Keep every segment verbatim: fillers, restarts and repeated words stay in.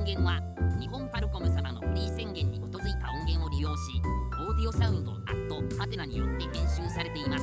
音源は日本ファルコム様のフリー宣言に基づいた音源を利用し、オーディオサウンドアットハテナによって編集されています。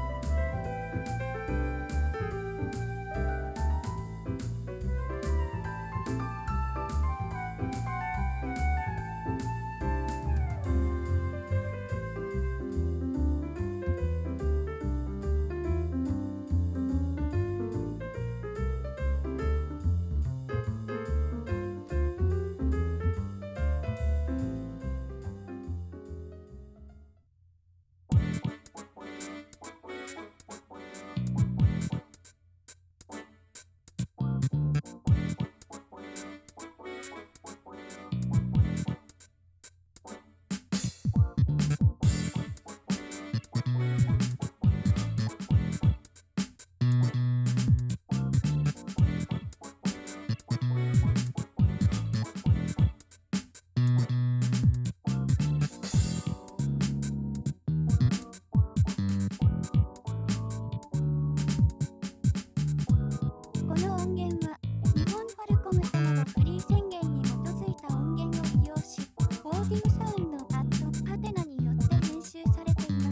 この音源は日本ファルコム様のフリー宣言に基づいた音源を利用し、オーディオサウンドアットハテナによって編集されています。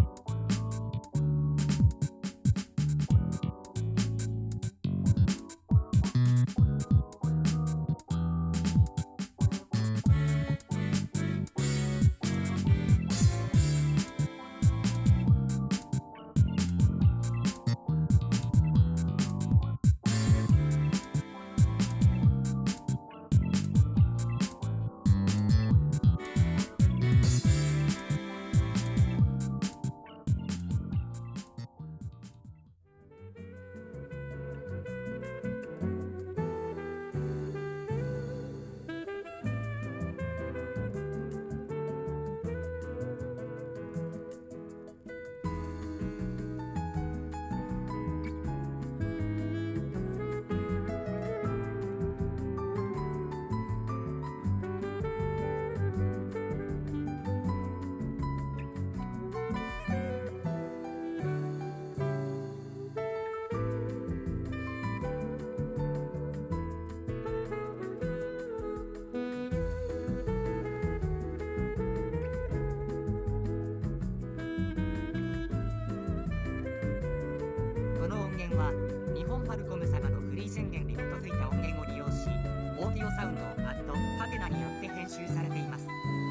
この音源は日本ファルコム様のフリー宣言に基づいた音源を利用し、オーディオサウンドアットハテナによって編集されています。